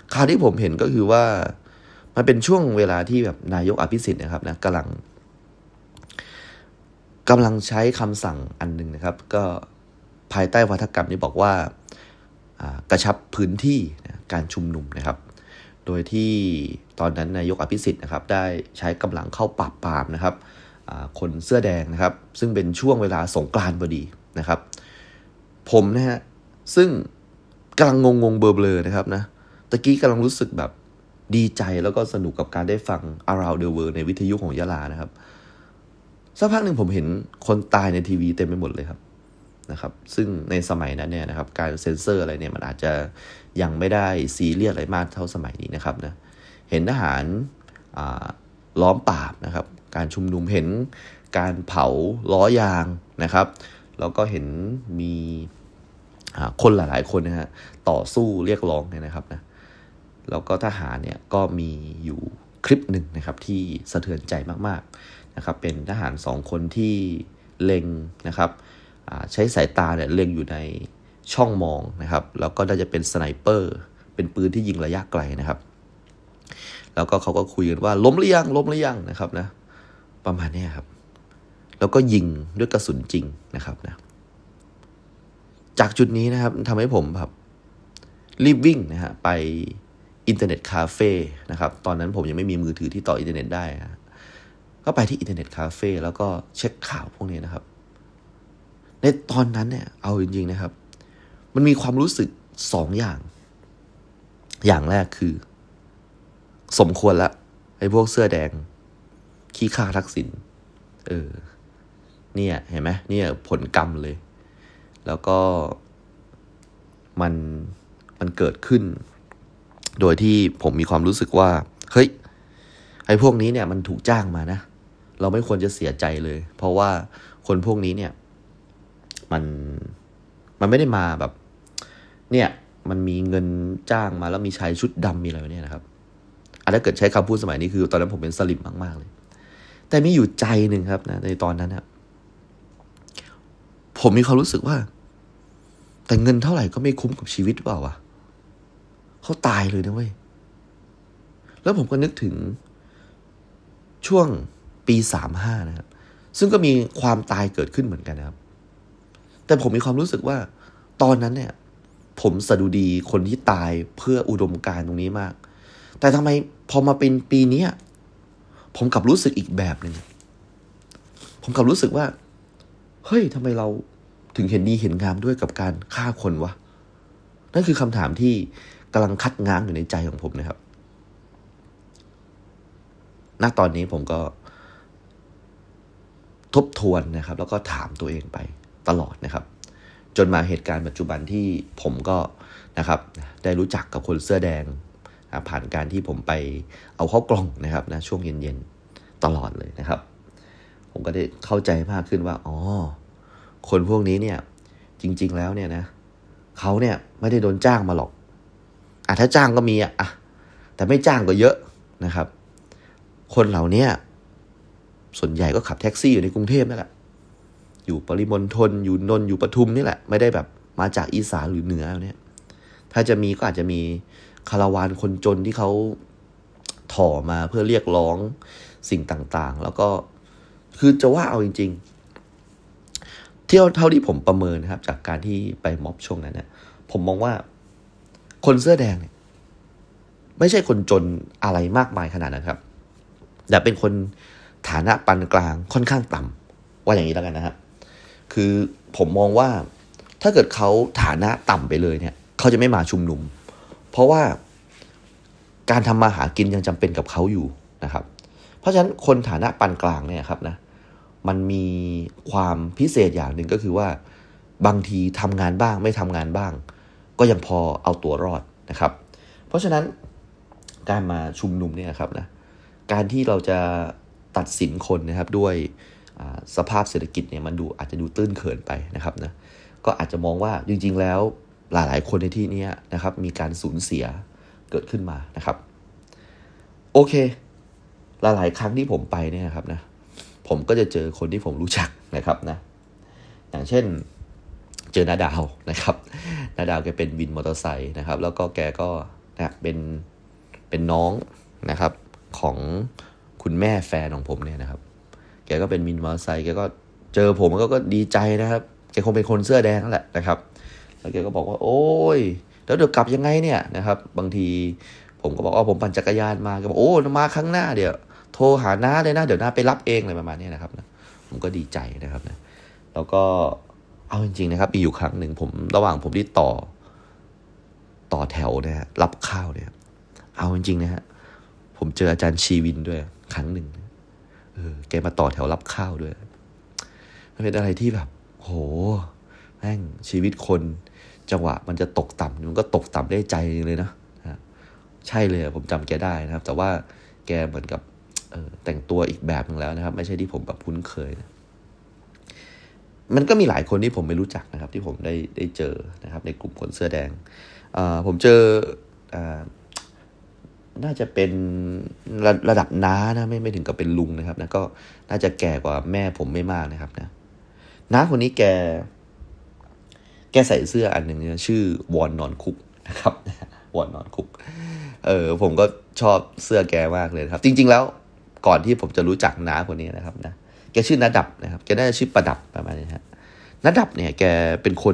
ข่าวที่ผมเห็นก็คือว่ามันเป็นช่วงเวลาที่แบบนายกอภิสิทธิ์นะครับนะกำลังกำลังใช้คำสั่งอันหนึ่งนะครับก็ภายใต้วาทกรรมนี้บอกว่ากระชับพื้นที่การชุมนุมนะครับโดยที่ตอนนั้นนายกอภิสิทธิ์นะครับได้ใช้กำลังเข้าปราบปรามนะครับคนเสื้อแดงนะครับซึ่งเป็นช่วงเวลาสงกรานต์พอดีนะครับผมนะฮะซึ่งกำลังงงๆเบลอๆนะครับนะตะกี้กำลังรู้สึกแบบดีใจแล้วก็สนุกกับการได้ฟัง Around the World ในวิทยุของยะลานะครับสักพักหนึ่งผมเห็นคนตายในทีวีเต็มไปหมดเลยครับนะครับซึ่งในสมัยนั้นเนี่ยนะครับการเซ็นเซอร์อะไรเนี่ยมันอาจจะยังไม่ได้ซีเรียสอะไรมากเท่าสมัยนี้นะครับนะเห็นทหารล้อมปราบนะครับการชุมนุมเห็นการเผาล้อยางนะครับแล้วก็เห็นมีคนหลายๆคนนะฮะต่อสู้เรียกร้องเนี่ยนะครับนะแล้วก็ทหารเนี่ยก็มีอยู่คลิปหนึ่งนะครับที่สะเทือนใจมากๆนะครับเป็นทหารสองคนที่เล็งนะครับใช้สายตาเนี่ยเล็งอยู่ในช่องมองนะครับแล้วก็น่าจะเป็นสไนเปอร์เป็นปืนที่ยิงระยะไกลนะครับแล้วก็เขาก็คุยกันว่าล้มหรือยังล้มหรือยังนะครับนะประมาณนี้ครับแล้วก็ยิงด้วยกระสุนจริงนะครับนะจากจุดนี้นะครับทำให้ผมแบบรีบวิ่งนะฮะไปอินเทอร์เน็ตคาเฟ่นะครับตอนนั้นผมยังไม่มีมือถือที่ต่ออินเทอร์เน็ตได้นะก็ไปที่อินเทอร์เน็ตคาเฟ่แล้วก็เช็คข่าวพวกนี้นะครับในตอนนั้นเนี่ยเอาจริงๆนะครับมันมีความรู้สึกสองอย่างอย่างแรกคือสมควรละไอ้พวกเสื้อแดงขี้ข้าทักษิณเออเนี่ยเห็นไหมเนี่ยผลกรรมเลยแล้วก็มันมันเกิดขึ้นโดยที่ผมมีความรู้สึกว่าเฮ้ยไอ้พวกนี้เนี่ยมันถูกจ้างมานะเราไม่ควรจะเสียใจเลยเพราะว่าคนพวกนี้เนี่ยมันมันไม่ได้มาแบบเนี่ยมันมีเงินจ้างมาแล้วมีชายชุดดำมีอะไรเนี่ยนะครับอันถ้าเกิดใช้คำพูดสมัยนี้คือตอนนั้นผมเป็นสลิมมากๆเลยแต่มีอยู่ใจหนึ่งครับนะในตอนนั้นนะผมมีความรู้สึกว่าแต่เงินเท่าไหร่ก็ไม่คุ้มกับชีวิตเปล่าวะเขาตายเลยนะเว้ยแล้วผมก็นึกถึงช่วงปีสามห้านะครับซึ่งก็มีความตายเกิดขึ้นเหมือนกันนะครับแต่ผมมีความรู้สึกว่าตอนนั้นเนี่ยผมสะดุดีคนที่ตายเพื่ออุดมการณ์ตรงนี้มากแต่ทำไมพอมาเป็นปีนี้ผมกลับรู้สึกอีกแบบหนึ่งผมกลับรู้สึกว่าเฮ้ยทำไมเราถึงเห็นดีเห็นงามด้วยกับการฆ่าคนวะนั่นคือคำถามที่กำลังคัดง้างอยู่ในใจของผมนะครับณตอนนี้ผมก็ทบทวนนะครับแล้วก็ถามตัวเองไปตลอดนะครับจนมาเหตุการณ์ปัจจุบันที่ผมก็นะครับได้รู้จักกับคนเสื้อแดงผ่านการที่ผมไปเอาเข้ากล่องนะครับนะช่วงเย็นๆตลอดเลยนะครับผมก็ได้เข้าใจมากขึ้นว่าอ๋อคนพวกนี้เนี่ยจริงๆแล้วเนี่ยนะเขาเนี่ยไม่ได้โดนจ้างมาหรอกอ่ะถ้าจ้างก็มีอ่ะแต่ไม่จ้างก็เยอะนะครับคนเหล่านี้ส่วนใหญ่ก็ขับแท็กซี่อยู่ในกรุงเทพนั่นแหละอยู่ปริมณฑลอยู่นนท์อยู่ปทุมนี่แหละไม่ได้แบบมาจากอีสานหรือเหนือเนี่ยถ้าจะมีก็อาจจะมีคาราวานคนจนที่เขาถ่อมาเพื่อเรียกร้องสิ่งต่างๆแล้วก็คือจะว่าเอาจริงๆเที่ยวเท่าที่ผมประเมินนะครับจากการที่ไปม็อบช่วงนั้นเนี่ยผมมองว่าคนเสื้อแดงเนี่ยไม่ใช่คนจนอะไรมากมายขนาดนั้นครับแต่เป็นคนฐานะปานกลางค่อนข้างต่ำว่าอย่างนี้แล้วกันนะครับคือผมมองว่าถ้าเกิดเขาฐานะต่ำไปเลยเนี่ยเขาจะไม่มาชุมนุมเพราะว่าการทำมาหากินยังจำเป็นกับเขาอยู่นะครับเพราะฉะนั้นคนฐานะปานกลางเนี่ยครับนะมันมีความพิเศษอย่างหนึ่งก็คือว่าบางทีทำงานบ้างไม่ทำงานบ้างก็ยังพอเอาตัวรอดนะครับเพราะฉะนั้นการมาชุมนุมเนี่ยครับนะการที่เราจะตัดสินคนนะครับด้วยสภาพเศรษฐกิจเนี่ยมันดูอาจจะดูตื้นเขินไปนะครับนะก็อาจจะมองว่าจริงๆแล้วหลายๆคนในที่นี้นะครับมีการสูญเสียเกิดขึ้นมานะครับโอเคหลายๆครั้งที่ผมไปเนี่ยครับนะผมก็จะเจอคนที่ผมรู้จักนะครับนะอย่างเช่นเจอน้าดาวนะครับน้าดาวแกเป็นวินมอเตอร์ไซค์นะครับแล้วก็แกก็นะเป็นเป็นน้องนะครับของคุณแม่แฟนของผมเนี่ยนะครับแกก็เป็นมินมอเตอร์ไซค์แกก็เจอผมก็ก็ดีใจนะครับแกคงเป็นคนเสื้อแดงนั่นแหละนะครับแล้วแกก็บอกว่าโอ้ยแล้วเดี๋ยวกลับยังไงเนี่ยนะครับบางทีผมก็บอกว่าผมปั่นจักรยานมาแกบอกโอ้มาครั้งหน้าเดี๋ยวโทรหาน้าเลยนะเดี๋ยวน้าไปรับเองอะไรประมาณนี้นะครับนะผมก็ดีใจนะครับนะแล้วก็เอาจริงๆนะครับมีอยู่ครั้งหนึ่งผมระหว่างผมที่ต่อต่อแถวนะฮะรับข้าวเนี่ยเอาจริงๆนะฮะผมเจออาจารย์ชีวินด้วยครั้งหนึ่งเออแกมาต่อแถวรับข้าวด้วยมันเป็นอะไรที่แบบโหแม่งชีวิตคนจังหวะมันจะตกต่ำมันก็ตกต่ำได้ใจเลยนะใช่เลยผมจำแกได้นะครับแต่ว่าแกเหมือนกับเออแต่งตัวอีกแบบนึงแล้วนะครับไม่ใช่ที่ผมแบบคุ้นเคยนะมันก็มีหลายคนที่ผมไม่รู้จักนะครับที่ผมได้ได้เจอนะครับในกลุ่มคนเสื้อแดงอ่าผมเจออ่าน่าจะเป็นระระดับน้านะไม่ไม่ถึงกับเป็นลุงนะครับนะก็น่าจะแก่กว่าแม่ผมไม่มากนะครับนะน้าคนนี้แกแกใส่เสื้ออันหนึ่งเนี่ยชื่อวอนนอนคุกนะครับวอนนอนคุกเออผมก็ชอบเสื้อแกมากเลยครับจริงๆแล้วก่อนที่ผมจะรู้จักน้าคนนี้นะครับนะแกชื่อณดับนะครับแกน่าจะชื่อประดับประมาณนี้ฮะณดับเนี่ยแกเป็นคน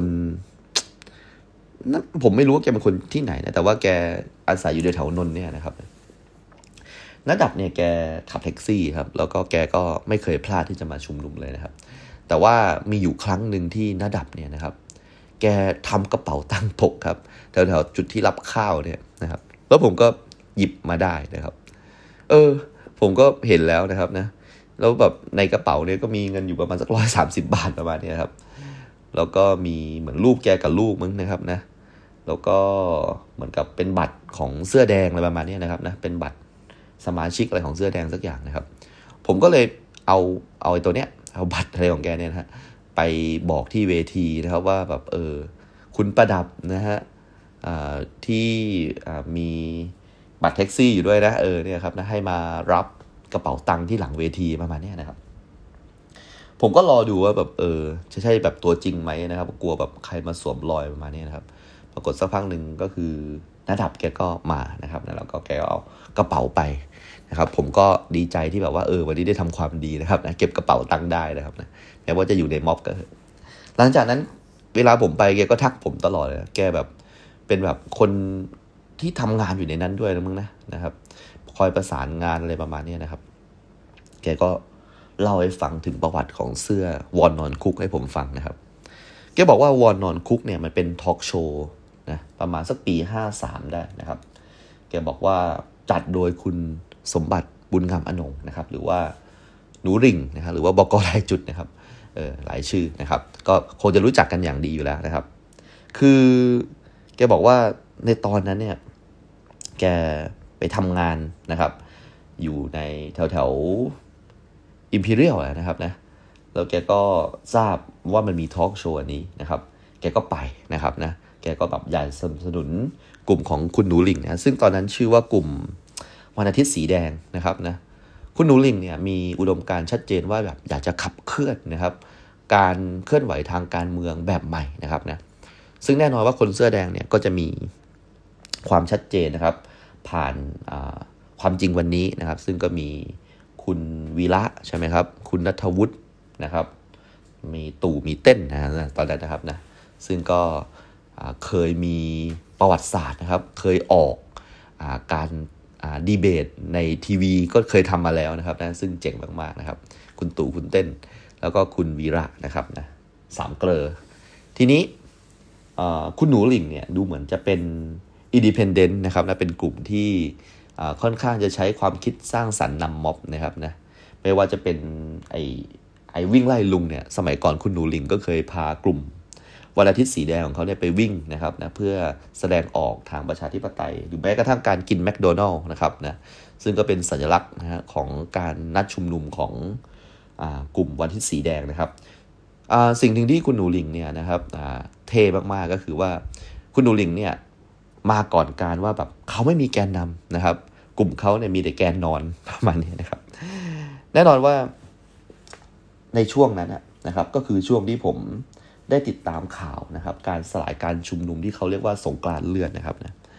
ผมไม่รู้ว่าแกเป็นคนที่ไหนนะแต่ว่าแกอาศัยอยู่แถวนนท์เนี่ยนะครับณดับเนี่ยแกขับแท็กซี่ครับแล้วก็แกก็ไม่เคยพลาดที่จะมาชุมนุมเลยนะครับแต่ว่ามีอยู่ครั้งหนึ่งที่ณดับเนี่ยนะครับแกทำกระเป๋าตังค์ตกครับแถวๆจุดที่รับข้าวเนี่ยนะครับแล้วผมก็หยิบมาได้นะครับเออผมก็เห็นแล้วนะครับนะแล้วแบบในกระเป๋าเนี่ยก็มีเงินอยู่ประมาณสักร้อยสามสิบบาทประมาณนี้ครับแล้วก็มีเหมือนรูปแกกับลูกมั้งนะครับนะแล้วก็เหมือนกับเป็นบัตรของเสื้อแดงอะไรประมาณนี้นะครับนะเป็นบัตรสมาชิกอะไรของเสื้อแดงสักอย่างนะครับผมก็เลยเอาเอาไอ้ตัวเนี้ยเอาบัตรอะไรของแกเนี่ยนะฮะไปบอกที่เวทีนะครับว่าแบบเออคุณประดับนะฮะที่มีบัตรแท็กซี่อยู่ด้วยนะเออเนี่ยครับนะให้มารับกระเป๋าตังค์ที่หลังเวทีประมาณนี้นะครับผมก็รอดูว่าแบบเออจะใช่แบบตัวจริงไหมนะครับกลัวแบบใครมาสวมรอยประมาณนี้นะครับปรากฏสักพักหนึ่งก็คือณดับแกก็มานะครับแล้วก็แกก็เอากระเป๋าไปนะครับผมก็ดีใจที่แบบว่าเออวันนี้ได้ทำความดีนะครับนะเก็บกระเป๋าตังค์ได้นะครับนะแม้ว่าจะอยู่ในม็อบก็หลังจากนั้นเวลาผมไปแกก็ทักผมตลอดเลยแกแบบเป็นแบบคนที่ทำงานอยู่ในนั้นด้วยนะมึงนะนะครับคอยประสานงานอะไรประมาณนี้นะครับแกก็เล่าให้ฟังถึงประวัติของเสื้อวอนนอนคุกให้ผมฟังนะครับแกบอกว่าวอนนอนคุกเนี่ยมันเป็นทอล์กโชว์นะประมาณสักปีห้าสามได้นะครับแกบอกว่าจัดโดยคุณสมบัติบุญงามอนงนะครับหรือว่าหนูริ่งนะครับหรือว่าบก.หลายจุดนะครับเออหลายชื่อนะครับก็คงจะรู้จักกันอย่างดีอยู่แล้วนะครับคือแกบอกว่าในตอนนั้นเนี่ยแกไปทำงานนะครับอยู่ในแถวแถวอิมพีเรียลนะครับนะแล้วแกก็ทราบว่ามันมีทอล์กโชว์อันนี้นะครับแกก็ไปนะครับนะแกก็แบบอยากสนับสนุนกลุ่มของคุณหนูหลิงนะซึ่งตอนนั้นชื่อว่ากลุ่มวันอาทิตย์สีแดงนะครับนะคุณหนูหลิงเนี่ยมีอุดมการณ์ชัดเจนว่าแบบอยากจะขับเคลื่อนนะครับการเคลื่อนไหวทางการเมืองแบบใหม่นะครับนะซึ่งแน่นอนว่าคนเสื้อแดงเนี่ยก็จะมีความชัดเจนนะครับผ่านความจริงวันนี้นะครับซึ่งก็มีคุณวีระใช่ไหมครับคุณณัฐวุฒินะครับมีตู่มีเต้นนะตอนนั้นนะครับนะซึ่งก็เคยมีประวัติศาสตร์นะครับเคยออกอาการดีเบตในทีวีก็เคยทำมาแล้วนะครับนะซึ่งเจ๋งมากๆนะครับคุณตู่คุณเต้นแล้วก็คุณวีระนะครับนะสามเกลอทีนี้คุณหนูหลิงเนี่ยดูเหมือนจะเป็นอินดิเพนเดนต์นะครับนะเป็นกลุ่มที่ค่อนข้างจะใช้ความคิดสร้างสรรค์นำม็อบนะครับนะไม่ว่าจะเป็นไอ้ไอ้วิ่งไล่ลุงเนี่ยสมัยก่อนคุณหนูหลิงก็เคยพากลุ่มวันอาทิตย์สีแดงของเขาเนี่ยไปวิ่งนะครับนะเพื่อแสดงออกทางประชาธิปไตยหรือแม้กระทั่งการกินแมคโดนัลล์นะครับนะซึ่งก็เป็นสัญลักษณ์นะฮะของการนัดชุมนุมของอ่ากลุ่มวันอาทิตย์สีแดงนะครับอ่าสิ่งหนึ่งที่คุณหนูหลิงเนี่ยนะครับอ่าเท่มากๆก็คือว่าคุณหนูหลิงเนี่ยมาก่อนการว่าแบบเขาไม่มีแกนนำนะครับกลุ่มเขาเนี่ยมีแต่แกนนอนประมาณนี้นะครับแน่นอนว่าในช่วงนั้นนะครับก็คือช่วงที่ผมได้ติดตามข่าวนะครับการสลายการชุมนุมที่เขาเรียกว่าสงกรานต์เลือดนะครับนะผ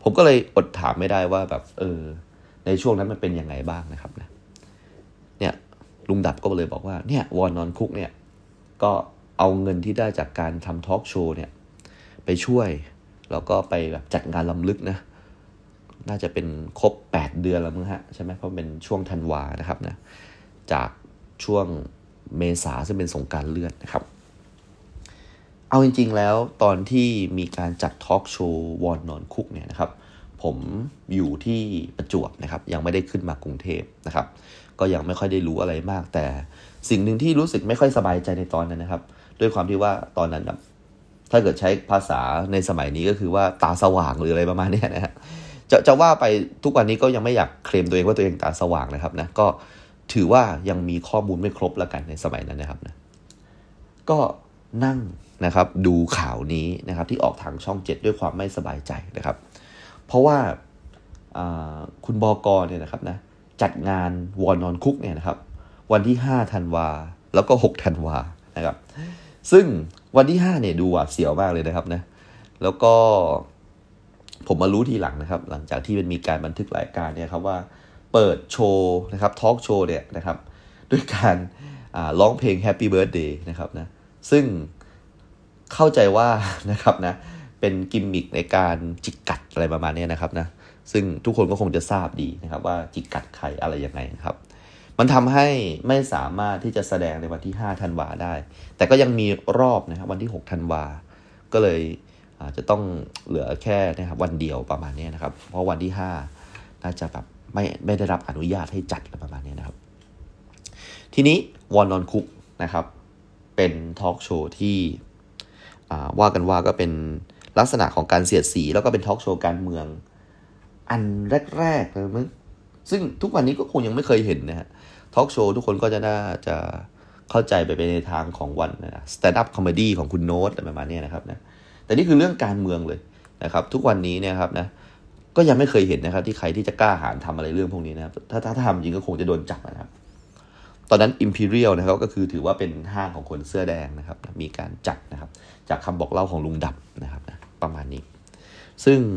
ผมก็เลยอดถามไม่ได้ว่าแบบเออในช่วงนั้นมันเป็นยังไงบ้างนะครับนะเนี่ยลุงดับก็เลยบอกว่าเนี่ยวอนนอนคุกเนี่ยก็เอาเงินที่ได้จากการทำทอล์กโชว์เนี่ยไปช่วยแล้วก็ไปแบบจัดงานรำลึกนะน่าจะเป็นครบแปดเดือนแล้วมั้งฮะใช่ไหมเพราะเป็นช่วงธันวานะครับนะจากช่วงเมษาซึ่งเป็นสงกรานต์เลื่อนนะครับเอาจริงๆแล้วตอนที่มีการจัดทอล์กโชว์วอนนอนคุกเนี่ยนะครับผมอยู่ที่ประจวบนะครับยังไม่ได้ขึ้นมากรุงเทพนะครับก็ยังไม่ค่อยได้รู้อะไรมากแต่สิ่งหนึ่งที่รู้สึกไม่ค่อยสบายใจในตอนนั้นนะครับด้วยความที่ว่าตอนนั้นถ้าเกิดใช้ภาษาในสมัยนี้ก็คือว่าตาสว่างหรืออะไรประมาณนี้นะฮะจะจะว่าไปทุกวันนี้ก็ยังไม่อยากเคลมตัวเองว่าตัวเองตาสว่างนะครับนะก็ถือว่ายังมีข้อมูลไม่ครบแล้วกันในสมัยนั้นนะครับนะก็นั่งนะครับดูข่าวนี้นะครับที่ออกทางช่องเจ็ดด้วยความไม่สบายใจนะครับเพราะว่าคุณบก.เนี่ยนะครับนะจัดงานวอนนอนคุกเนี่ยนะครับวันที่ห้าธันวาแล้วก็หกธันวานะครับซึ่งวันที่ห้าเนี่ยดูหวาดเสียวมากเลยนะครับนะแล้วก็ผมมารู้ทีหลังนะครับหลังจากที่มันมีการบันทึกรายการเนี่ยครับว่าเปิดโชว์นะครับทอล์กโชว์เนี่ยนะครับด้วยการร้องเพลง Happy Birthday นะครับนะซึ่งเข้าใจว่านะครับนะเป็นกิมมิคในการจิกกัดอะไรประมาณนี้นะครับนะซึ่งทุกคนก็คงจะทราบดีนะครับว่าจิกกัดใครอะไรยังไงนะครับมันทำให้ไม่สามารถที่จะแสดงในวันที่ห้าธันวาได้แต่ก็ยังมีรอบนะครับวันที่หกธันวาก็เลยอาจจะต้องเหลือแค่นะครับวันเดียวประมาณนี้นะครับเพราะวันที่ห้าน่าจะแบบไม่ไม่ได้รับอนุญาตให้จัดประมาณนี้นะครับทีนี้วอนนอนคุกนะครับเป็นทอล์กโชว์ที่ว่ากันว่าก็เป็นลักษณะของการเสียดสีแล้วก็เป็นทอล์กโชว์การเมืองอันแรกๆเลยมั้งซึ่งทุกวันนี้ก็คงยังไม่เคยเห็นนะฮะทอล์กโชว์ทุกคนก็จะน่าจะเข้าใจไปในทางของวันนะสแตนด์อัพคอมเมดี้ของคุณโน้ตอะไรประมาณนี้นะครับนะแต่นี่คือเรื่องการเมืองเลยนะครับทุกวันนี้เนี่ยครับนะก็ยังไม่เคยเห็นนะครับที่ใครที่จะกล้าหาญทำอะไรเรื่องพวกนี้นะครับถ้าถ้าทำจริงก็คงจะโดนจับนะครับตอนนั้น Imperial นะครับก็คือถือว่าเป็นห้างของคนเสื้อแดงนะครับมีการจัดนะครับจากคำบอกเล่าของลุงดับนะครับนะประมาณนี้ซึ่ง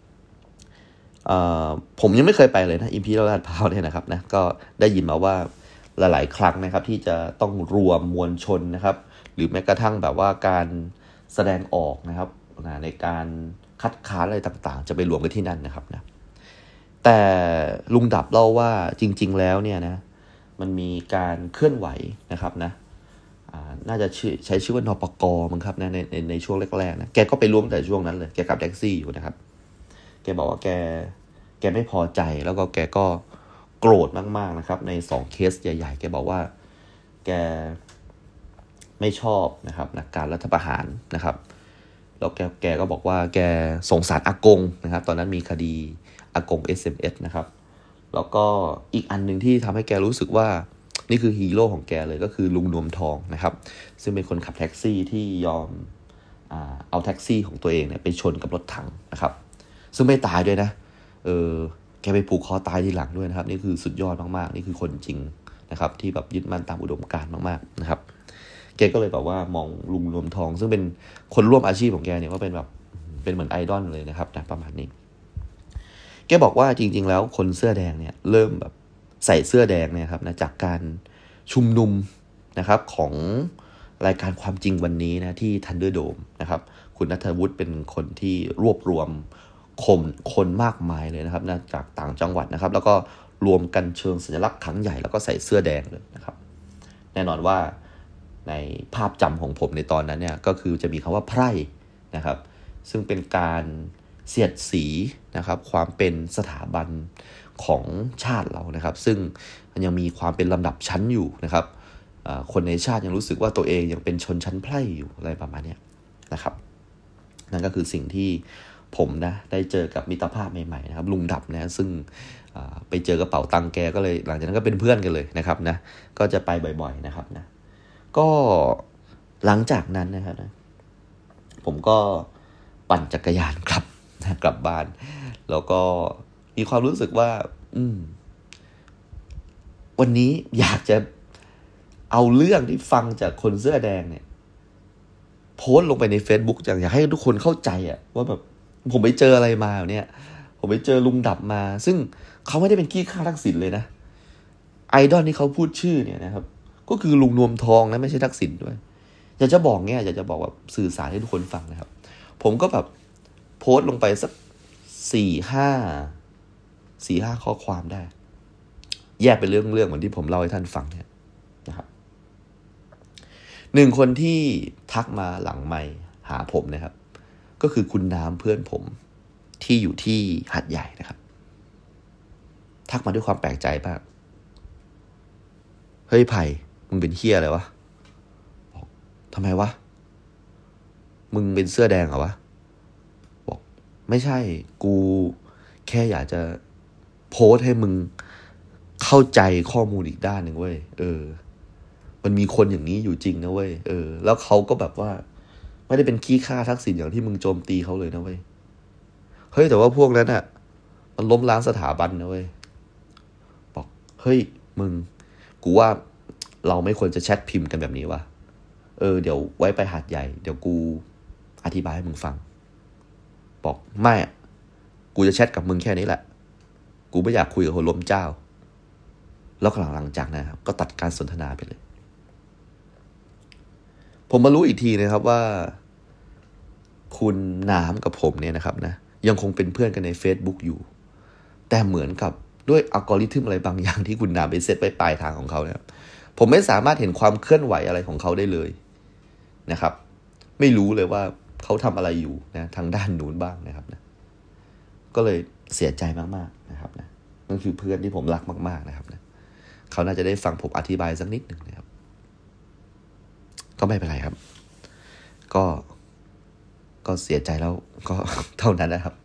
ผมยังไม่เคยไปเลยนะ Imperial ลาดพร้าวเนี่ยนะครับนะก็ได้ยินมาว่าหลายๆครั้งนะครับที่จะต้องรวมมวลชนนะครับหรือแม้กระทั่งแบบว่าการแสดงออกนะครับในการคัดค้านอะไรต่างๆจะไปรวมกันที่นั่นนะครับนะแต่ลุงดับเล่าว่าจริงๆแล้วเนี่ยนะมันมีการเคลื่อนไหวนะครับนะน่าจะใช้ชื่อว่านปก.มั้งครับนะในในในช่วงแรกๆนะแกก็ไปร่วมแต่ช่วงนั้นเลยแกขับแท็กซี่อยู่นะครับแกบอกว่าแกแกไม่พอใจแล้วก็แกก็โกรธมากๆนะครับในสองเคสใหญ่ๆแกบอกว่าแกไม่ชอบนะครับนะการรัฐประหารนะครับแล้วแกแกก็บอกว่าแกสงสารอากงนะครับตอนนั้นมีคดีอากง เอส เอ็ม เอส นะครับแล้วก็อีกอันนึงที่ทำให้แกรู้สึกว่านี่คือฮีโร่ของแกเลยก็คือลุงนวมทองนะครับซึ่งเป็นคนขับแท็กซี่ที่ยอมอ่าเอาแท็กซี่ของตัวเองเนี่ยไปชนกับรถถังนะครับซึ่งไม่ตายด้วยนะเออแกไปผูกคอตายทีหลังด้วยนะครับนี่คือสุดยอดมากๆนี่คือคนจริงนะครับที่แบบยึดมั่นตามอุดมการณ์มากๆนะครับแกก็เลยแบบว่ามองลุงนวมทองซึ่งเป็นคนร่วมอาชีพของแกเนี่ยว่าเป็นแบบเป็นเหมือนไอดอลเลยนะครับนะประมาณนี้แกบอกว่าจริงๆแล้วคนเสื้อแดงเนี่ยเริ่มแบบใส่เสื้อแดงเนี่ยครับนะจากการชุมนุมนะครับของรายการความจริงวันนี้นะที่ Thunderdome นะครับคุณณัฐวุฒิเป็นคนที่รวบรวมคนคนมากมายเลยนะครับนะจากต่างจังหวัดนะครับแล้วก็รวมกันเชิงสัญลักษณ์ครั้งใหญ่แล้วก็ใส่เสื้อแดงเลยนะครับแน่นอนว่าในภาพจำของผมในตอนนั้นเนี่ยก็คือจะมีคำว่าไพร่นะครับซึ่งเป็นการเสียดสีนะครับความเป็นสถาบันของชาติเรานะครับซึ่งมันยังมีความเป็นลำดับชั้นอยู่นะครับคนในชาติยังรู้สึกว่าตัวเองยังเป็นชนชั้นไพร่อยู่อะไรประมาณนี้นะครับนั่นก็คือสิ่งที่ผมนะได้เจอกับมิตรภาพใหม่ๆนะครับลุงดับนะซึ่งไปเจอกระเป๋าตังค์แกก็เลยหลังจากนั้นก็เป็นเพื่อนกันเลยนะครับนะก็จะไปบ่อยๆนะครับนะก็หลังจากนั้นนะครับนะผมก็ปั่นจักรยานกลับนะกลับบ้านแล้วก็มีความรู้สึกว่าอืมวันนี้อยากจะเอาเรื่องที่ฟังจากคนเสื้อแดงเนี่ยโพสต์ลงไปใน Facebook อยากให้ทุกคนเข้าใจอะว่าแบบผมไปเจออะไรมาเนี่ยผมไปเจอลุงดับมาซึ่งเขาไม่ได้เป็นขี้ข้าทักษิณเลยนะไอดอลที่เขาพูดชื่อเนี่ยนะครับก็คือลุงนวมทองนะไม่ใช่ทักษิณด้วยอยากจะบอกเนี่ยอยากจะบอกแบบสื่อสารให้ทุกคนฟังนะครับผมก็แบบโพสต์ลงไปสักสี่ห้าสี่ห้าข้อความได้แยกเป็นเรื่องๆเหมือนที่ผมเล่าให้ท่านฟังเนี่ยนะครับหนึ่งคนที่ทักมาหลังไมค์หาผมนะครับก็คือคุณน้ำเพื่อนผมที่อยู่ที่หาดใหญ่นะครับทักมาด้วยความแปลกใจมากเฮ้ยไผ่มึงเป็นเหี้ยอะไรวะบอกทำไมวะมึงเป็นเสื้อแดงเหรอวะบอกไม่ใช่กูแค่อยากจะโพสต์ให้มึงเข้าใจข้อมูลอีกด้านหนึ่งเว้ยเออมันมีคนอย่างนี้อยู่จริงนะเว้ยเออแล้วเขาก็แบบว่าไม่ได้เป็นขี้ข้าทักษิณอย่างที่มึงโจมตีเขาเลยนะเว้ยเฮ้ยแต่ว่าพวกนั้นอ่ะมันล้มล้างสถาบันนะเว้ยบอกเฮ้ยมึงกูว่าเราไม่ควรจะแชทพิมพ์กันแบบนี้ว่ะเออเดี๋ยวไว้ไปหาดใหญ่เดี๋ยวกูอธิบายให้มึงฟังบอกไม่กูจะแชทกับมึงแค่นี้แหละกูไม่อยากคุยกับคนล้มเจ้าแล้วหลังจากนั้นครับก็ตัดการสนทนาไปเลยผมมารู้อีกทีนะครับว่าคุณน้ำกับผมเนี่ยนะครับนะยังคงเป็นเพื่อนกันใน Facebook อยู่แต่เหมือนกับด้วยอัลกอริทึมอะไรบางอย่างที่คุณน้ำไปเซตไว้ปลายทางของเขาเนี่ยผมไม่สามารถเห็นความเคลื่อนไหวอะไรของเขาได้เลยนะครับไม่รู้เลยว่าเขาทำอะไรอยู่นะทางด้านนู้นบ้างนะครับนะก็เลยเสียใจมากๆนะครับนะนั่นคือเพื่อนที่ผมรักมากๆนะครับนะเขาน่าจะได้ฟังผมอธิบายสักนิดหนึ่งนะครับก็ไม่เป็นไรครับก็ก็เสียใจแล้วก็เท่านั้นนะครับ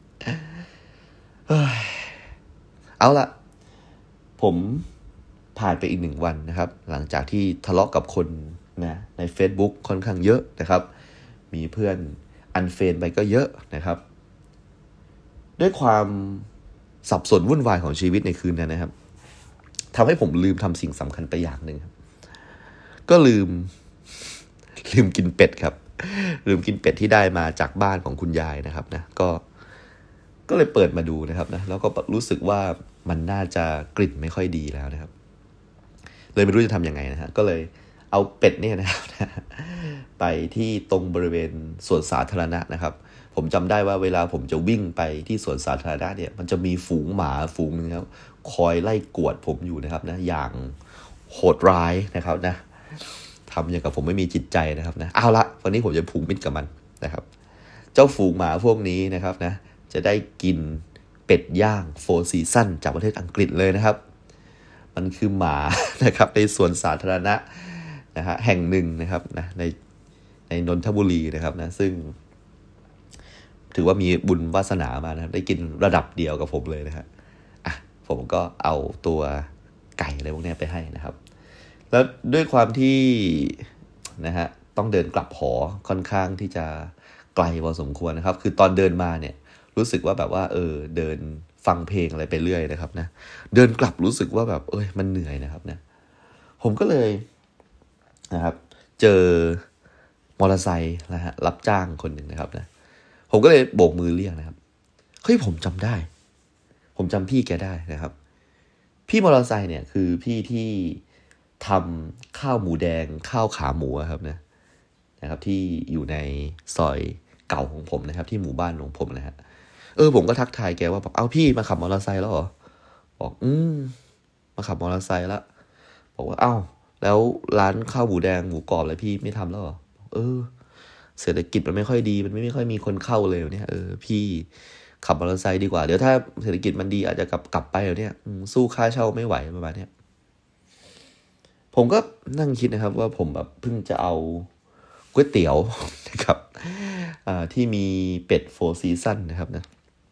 เอาละผมผ่านไปอีกหนึ่งวันนะครับหลังจากที่ทะเลาะกับคนนะใน Facebook ค่อนข้างเยอะนะครับมีเพื่อนอันเฟรนไปก็เยอะนะครับด้วยความสับสนวุ่นวายของชีวิตในคืนนั้นนะครับทำให้ผมลืมทำสิ่งสำคัญไปอย่างหนึ่งครับก็ลืมลืมกินเป็ดครับลืมกินเป็ดที่ได้มาจากบ้านของคุณยายนะครับนะก็ก็เลยเปิดมาดูนะครับนะแล้วก็รู้สึกว่ามันน่าจะกลิ่นไม่ค่อยดีแล้วนะครับเลยไม่รู้จะทำยังไงนะฮะก็เลยเอาเป็ดเนี่ยนะครับไปที่ตรงบริเวณสวนสาธารณะนะครับผมจำได้ว่าเวลาผมจะวิ่งไปที่สวนสาธารณะเนี่ยมันจะมีฝูงหมาฝูงนึงครับคอยไล่กวดผมอยู่นะครับนะอย่างโหดร้ายนะครับนะทำอย่างกับผมไม่มีจิตใจนะครับนะเอาละวันนี้ผมจะผูกมิตรกับมันนะครับเจ้าฝูงหมาพวกนี้นะครับนะจะได้กินเป็ดย่างโฟร์ซีซั่นจากประเทศอังกฤษเลยนะครับมันคือหมานะครับในสวนสาธารณะนะฮะแห่งหนึ่งนะครับนะในในนนทบุรีนะครับนะซึ่งถือว่ามีบุญวาสนามานะครับได้กินระดับเดียวกับผมเลยนะฮะอ่ะผมก็เอาตัวไก่อะไรพวกนี้ไปให้นะครับแล้วด้วยความที่นะฮะต้องเดินกลับหอค่อนข้างที่จะไกลพอสมควรนะครับคือตอนเดินมาเนี่ยรู้สึกว่าแบบว่าเออเดินฟังเพลงอะไรไปเรื่อยนะครับนะเดินกลับรู้สึกว่าแบบเอ้ยมันเหนื่อยนะครับนะผมก็เลยนะครับเจอมอเตอร์ไซค์นะฮะรับจ้างคนหนึ่งนะครับนะผมก็เลยโบกมือเรียกนะครับเฮ้ยผมจำได้ผมจำพี่แกได้นะครับพี่มอเตอร์ไซค์เนี่ยคือพี่ที่ทำข้าวหมูแดงข้าวขาหมูครับนะนะครับที่อยู่ในซอยเก่าของผมนะครับที่หมู่บ้านของผมนะฮะเออผมก็ทักทายแกว่าบอกเอ้าพี่มาขับมอเตอร์ไซค์แล้วเหรอบอกอืมมาขับมอเตอร์ไซค์แล้วบอกว่าเอ้าแล้วร้านข้าวหมูแดงหมูกรอบอะไรพี่ไม่ทำแล้วเหรอเออเศรษฐกิจมันไม่ค่อยดีมันไม่ค่อยมีคนเข้าเลยเนี่ยเออพี่ขับมอเตอร์ไซค์ดีกว่าเดี๋ยวถ้าเศรษฐกิจมันดีอาจจะกลับกลับไปเนี่ยสู้ค่าเช่าไม่ไหวประมาณนี้ผมก็นั่งคิดนะครับว่าผมแบบเพิ่งจะเอาก๋วยเตี๋ยวนะครับที่มีเป็ดโฟร์ซีซั่นนะครับนะ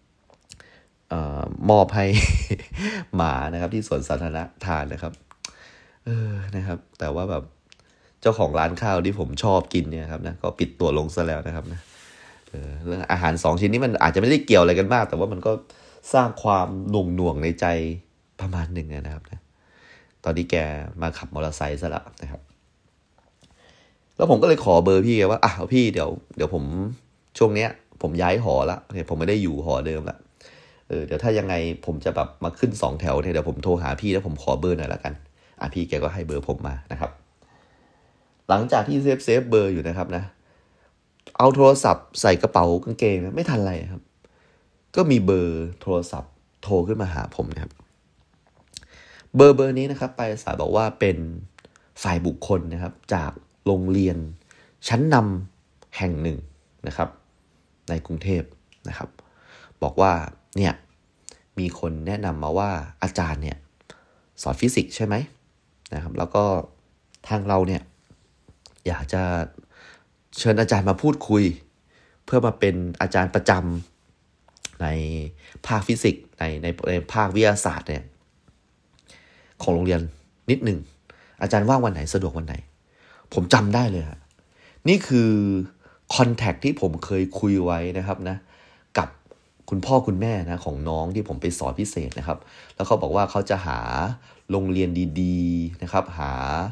มอบให้หมานะครับที่สวนสาธารณะทานนะครับเออนะครับแต่ว่าแบบเจ้าของร้านข้าวที่ผมชอบกินเนี่ยครับนะก็ปิดตัวลงซะแล้วนะครับนะเออเรื่องอาหารสองชิ้นนี้มันอาจจะไม่ได้เกี่ยวอะไรกันมากแต่ว่ามันก็สร้างความหน่วงหน่วงในใจประมาณหนึ่งนะครับนะตอนนี้แกมาขับมอเตอร์ไซค์ซะแล้วนะครับแล้วผมก็เลยขอเบอร์พี่ว่าอ่ะพี่เดี๋ยวเดี๋ยวผมช่วงเนี้ยผมย้ายหอละผมไม่ได้อยู่หอเดิมละเออเดี๋ยวถ้ายังไงผมจะแบบมาขึ้นสองแถวเนี่ยเดี๋ยวผมโทรหาพี่แล้วผมขอเบอร์หน่อยละกันอ่ะพี่แกก็ให้เบอร์ผมมานะครับหลังจากที่เซฟเซฟเบอร์อยู่นะครับนะเอาโทรศัพท์ใส่กระเป๋ากางเกงไม่ทันไรครับก็มีเบอร์โทรศัพท์โทรขึ้นมาหาผมนะครับเบอร์เบอร์นี้นะครับปลายสายบอกว่าเป็นฝ่ายบุคคลนะครับจากโรงเรียนชั้นนำแห่งหนึ่งนะครับในกรุงเทพนะครับบอกว่าเนี่ยมีคนแนะนำมาว่าอาจารย์เนี่ยสอนฟิสิกส์ใช่ไหมนะครับแล้วก็ทางเราเนี่ยอยากจะเชิญอาจารย์มาพูดคุยเพื่อมาเป็นอาจารย์ประจำในภาคฟิสิกส์ในในในภาควิทยาศาสตร์เนี่ยของโรงเรียนนิดหนึ่งอาจารย์ว่างวันไหนสะดวกวันไหนผมจำได้เลยครับนี่คือคอนแทคที่ผมเคยคุยไว้นะครับนะกับคุณพ่อคุณแม่นะของน้องที่ผมไปสอนพิเศษนะครับแล้วเขาบอกว่าเขาจะหาโรงเรียนดีๆนะครับหา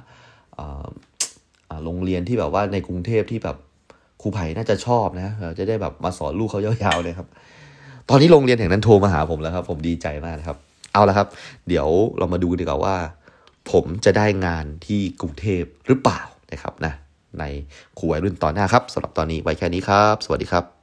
โรงเรียนที่แบบว่าในกรุงเทพที่แบบครูไผ่น่าจะชอบนะจะได้แบบมาสอนลูกเขายาวๆเลยครับตอนนี้โรงเรียนแห่งนั้นโทรมาหาผมแล้วครับผมดีใจมากนะครับเอาละครับเดี๋ยวเรามาดูดีกว่าว่าผมจะได้งานที่กรุงเทพหรือเปล่านะครับนะในครูวัยรุ่นตอนหน้าครับสำหรับตอนนี้ไว้แค่นี้ครับสวัสดีครับ